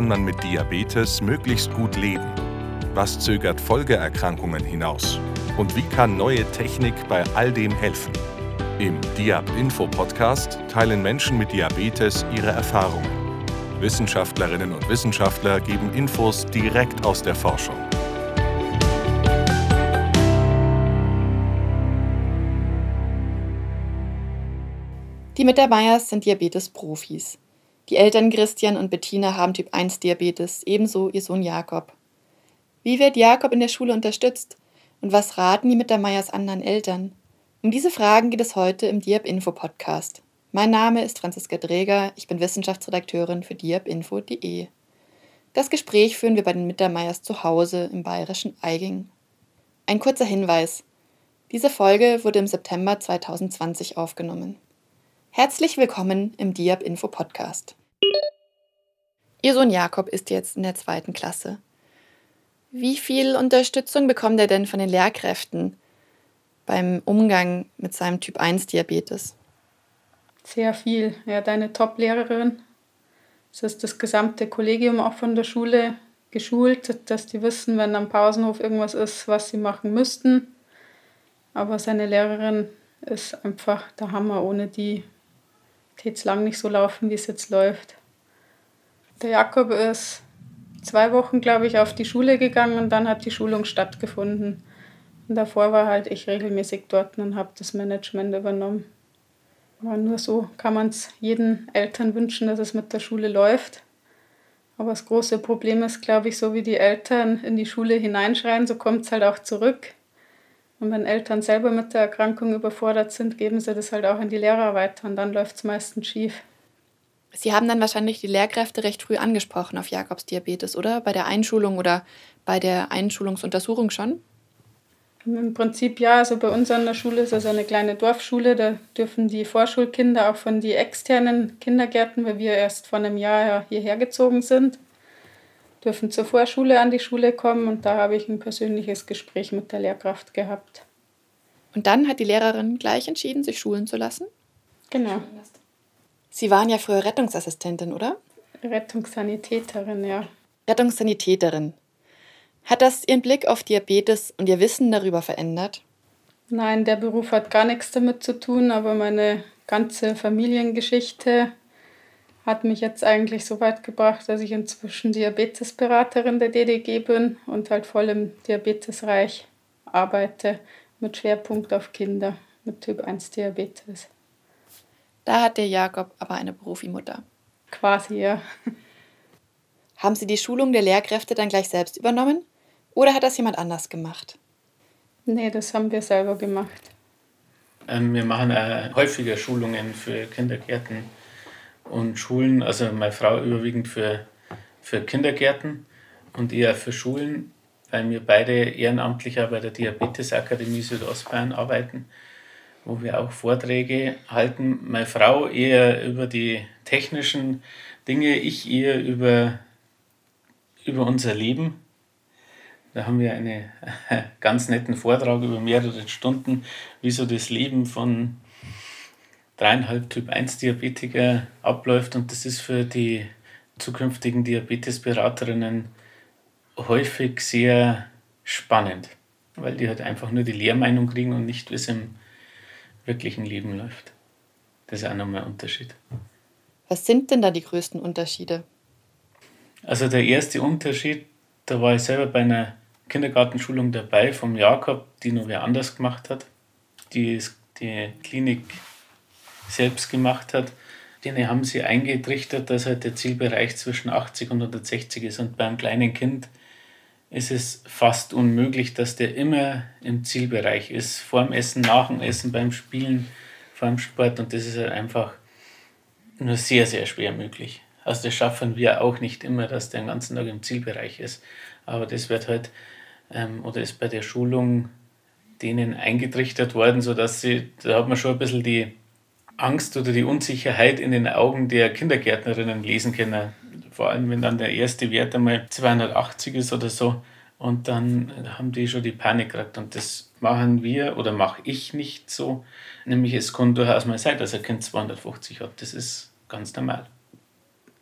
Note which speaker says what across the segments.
Speaker 1: kann man mit Diabetes möglichst gut leben? Was zögert Folgeerkrankungen hinaus? Und wie kann neue Technik bei all dem helfen? Im DIAB-Info-Podcast teilen Menschen mit Diabetes ihre Erfahrungen. Wissenschaftlerinnen und Wissenschaftler geben Infos direkt aus der Forschung.
Speaker 2: Die Mittermeiers sind Diabetes-Profis. Die Eltern Christian und Bettina haben Typ-1-Diabetes, ebenso ihr Sohn Jakob. Wie wird Jakob in der Schule unterstützt? Und was raten die Mittermeiers anderen Eltern? Um diese Fragen geht es heute im DIAB-Info-Podcast. Mein Name ist Franziska Dreger, ich bin Wissenschaftsredakteurin für diabinfo.de. Das Gespräch führen wir bei den Mittermeiers zu Hause im bayerischen Aiging. Ein kurzer Hinweis. Diese Folge wurde im September 2020 aufgenommen. Herzlich willkommen im DIAB-Info-Podcast. Ihr Sohn Jakob ist jetzt in der 2. Klasse. Wie viel Unterstützung bekommt er denn von den Lehrkräften beim Umgang mit seinem Typ-1-Diabetes?
Speaker 3: Sehr viel. Ja, deine Top-Lehrerin, es ist das gesamte Kollegium auch von der Schule geschult, dass die wissen, wenn am Pausenhof irgendwas ist, was sie machen müssten. Aber seine Lehrerin ist einfach der Hammer. Ohne die täte es lang nicht so laufen, wie es jetzt läuft. Der Jakob ist 2 Wochen, glaube ich, auf die Schule gegangen und dann hat die Schulung stattgefunden. Und davor war halt ich regelmäßig dort und habe das Management übernommen. Aber nur so kann man es jeden Eltern wünschen, dass es mit der Schule läuft. Aber das große Problem ist, glaube ich, so wie die Eltern in die Schule hineinschreien, so kommt es halt auch zurück. Und wenn Eltern selber mit der Erkrankung überfordert sind, geben sie das halt auch an die Lehrer weiter und dann läuft es meistens schief.
Speaker 2: Sie haben dann wahrscheinlich die Lehrkräfte recht früh angesprochen auf Jakobs Diabetes, oder? Bei der Einschulung oder bei der Einschulungsuntersuchung schon?
Speaker 3: Im Prinzip ja, also bei uns an der Schule ist also eine kleine Dorfschule, da dürfen die Vorschulkinder auch von den externen Kindergärten, weil wir erst vor einem Jahr hierher gezogen sind, dürfen zur Vorschule an die Schule kommen und da habe ich ein persönliches Gespräch mit der Lehrkraft gehabt.
Speaker 2: Und dann hat die Lehrerin gleich entschieden, sich schulen zu lassen?
Speaker 3: Genau.
Speaker 2: Sie waren ja früher Rettungsassistentin, oder?
Speaker 3: Rettungssanitäterin, ja.
Speaker 2: Rettungssanitäterin. Hat das Ihren Blick auf Diabetes und Ihr Wissen darüber verändert?
Speaker 3: Nein, der Beruf hat gar nichts damit zu tun, aber meine ganze Familiengeschichte hat mich jetzt eigentlich so weit gebracht, dass ich inzwischen Diabetesberaterin der DDG bin und halt voll im Diabetesreich arbeite, mit Schwerpunkt auf Kinder mit Typ-1-Diabetes.
Speaker 2: Da hat der Jakob aber eine Profimutter.
Speaker 3: Quasi, ja.
Speaker 2: Haben Sie die Schulung der Lehrkräfte dann gleich selbst übernommen? Oder hat das jemand anders gemacht?
Speaker 3: Nee, das haben wir selber gemacht.
Speaker 4: Wir machen häufiger Schulungen für Kindergärten und Schulen, also meine Frau überwiegend für Kindergärten und eher für Schulen, weil wir beide ehrenamtlich bei der Diabetesakademie Südostbayern arbeiten, wo wir auch Vorträge halten. Meine Frau eher über die technischen Dinge, ich eher über unser Leben. Da haben wir einen ganz netten Vortrag über mehrere Stunden, wie so das Leben von 3,5 Typ-1-Diabetiker abläuft. Und das ist für die zukünftigen Diabetesberaterinnen häufig sehr spannend, weil die halt einfach nur die Lehrmeinung kriegen und nicht, wie es im wirklichen Leben läuft. Das ist auch nochmal ein Unterschied.
Speaker 2: Was sind denn da die größten Unterschiede?
Speaker 4: Also der erste Unterschied, da war ich selber bei einer Kindergartenschulung dabei vom Jakob, die noch wer anders gemacht hat, die Klinik selbst gemacht hat. Denen haben sie eingetrichtert, dass halt der Zielbereich zwischen 80 und 160 ist. Und beim kleinen Kind ist es fast unmöglich, dass der immer im Zielbereich ist. Vor dem Essen, nach dem Essen, beim Spielen, vor dem Sport. Und das ist halt einfach nur sehr, sehr schwer möglich. Also das schaffen wir auch nicht immer, dass der den ganzen Tag im Zielbereich ist. Aber das wird halt, oder ist bei der Schulung denen eingetrichtert worden, sodass da hat man schon ein bisschen die Angst oder die Unsicherheit in den Augen der Kindergärtnerinnen lesen können. Vor allem, wenn dann der erste Wert einmal 280 ist oder so. Und dann haben die schon die Panik gekriegt. Und das machen wir oder mache ich nicht so. Nämlich es kann durchaus mal sein, dass ein Kind 250 hat. Das ist ganz normal.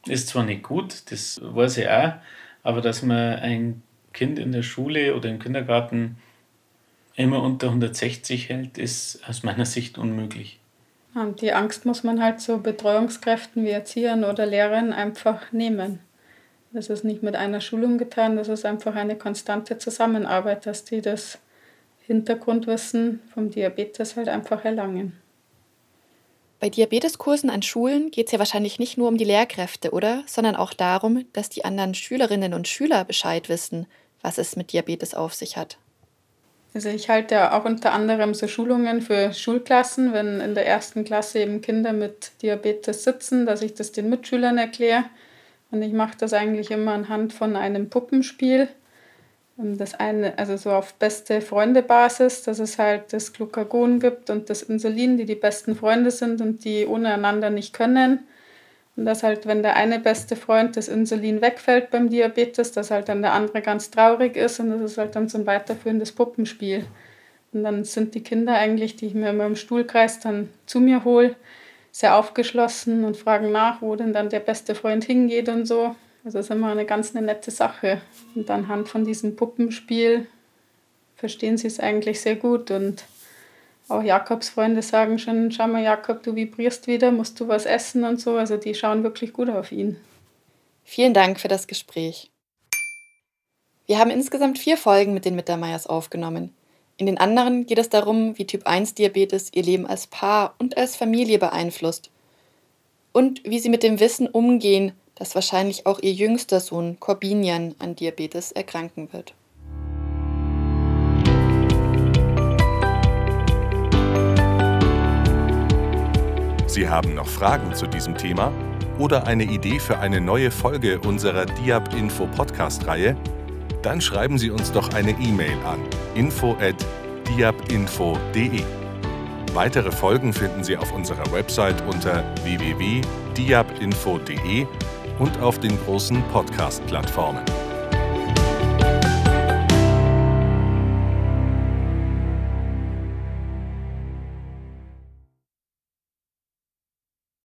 Speaker 4: ist zwar nicht gut, das weiß ich auch, aber dass man ein Kind in der Schule oder im Kindergarten immer unter 160 hält, ist aus meiner Sicht unmöglich.
Speaker 3: Und die Angst muss man halt so Betreuungskräften wie Erziehern oder Lehrern einfach nehmen. Das ist nicht mit einer Schulung getan, das ist einfach eine konstante Zusammenarbeit, dass die das Hintergrundwissen vom Diabetes halt einfach erlangen.
Speaker 2: Bei Diabeteskursen an Schulen geht es ja wahrscheinlich nicht nur um die Lehrkräfte, oder? Sondern auch darum, dass die anderen Schülerinnen und Schüler Bescheid wissen, was es mit Diabetes auf sich hat.
Speaker 3: Also ich halte ja auch unter anderem so Schulungen für Schulklassen, wenn in der 1. Klasse eben Kinder mit Diabetes sitzen, dass ich das den Mitschülern erkläre. Und ich mache das eigentlich immer anhand von einem Puppenspiel. Das eine, also so auf beste Freunde-Basis, dass es halt das Glucagon gibt und das Insulin, die besten Freunde sind und die ohne einander nicht können. Und dass halt, wenn der eine beste Freund das Insulin wegfällt beim Diabetes, dass halt dann der andere ganz traurig ist und das ist halt dann so ein weiterführendes Puppenspiel. Und dann sind die Kinder eigentlich, die ich mir immer im Stuhlkreis dann zu mir hole, sehr aufgeschlossen und fragen nach, wo denn dann der beste Freund hingeht und so. Also das ist immer eine ganz nette Sache. Und anhand von diesem Puppenspiel verstehen sie es eigentlich sehr gut. Und auch Jakobs Freunde sagen schon, schau mal Jakob, du vibrierst wieder, musst du was essen und so. Also die schauen wirklich gut auf ihn.
Speaker 2: Vielen Dank für das Gespräch. Wir haben insgesamt 4 Folgen mit den Mittermeiers aufgenommen. In den anderen geht es darum, wie Typ-1-Diabetes ihr Leben als Paar und als Familie beeinflusst. Und wie sie mit dem Wissen umgehen, dass wahrscheinlich auch ihr jüngster Sohn Corbinian an Diabetes erkranken wird.
Speaker 1: Sie haben noch Fragen zu diesem Thema oder eine Idee für eine neue Folge unserer DIAB-Info-Podcast-Reihe? Dann schreiben Sie uns doch eine E-Mail an info@diabinfo.de. Weitere Folgen finden Sie auf unserer Website unter www.diabinfo.de und auf den großen Podcast-Plattformen.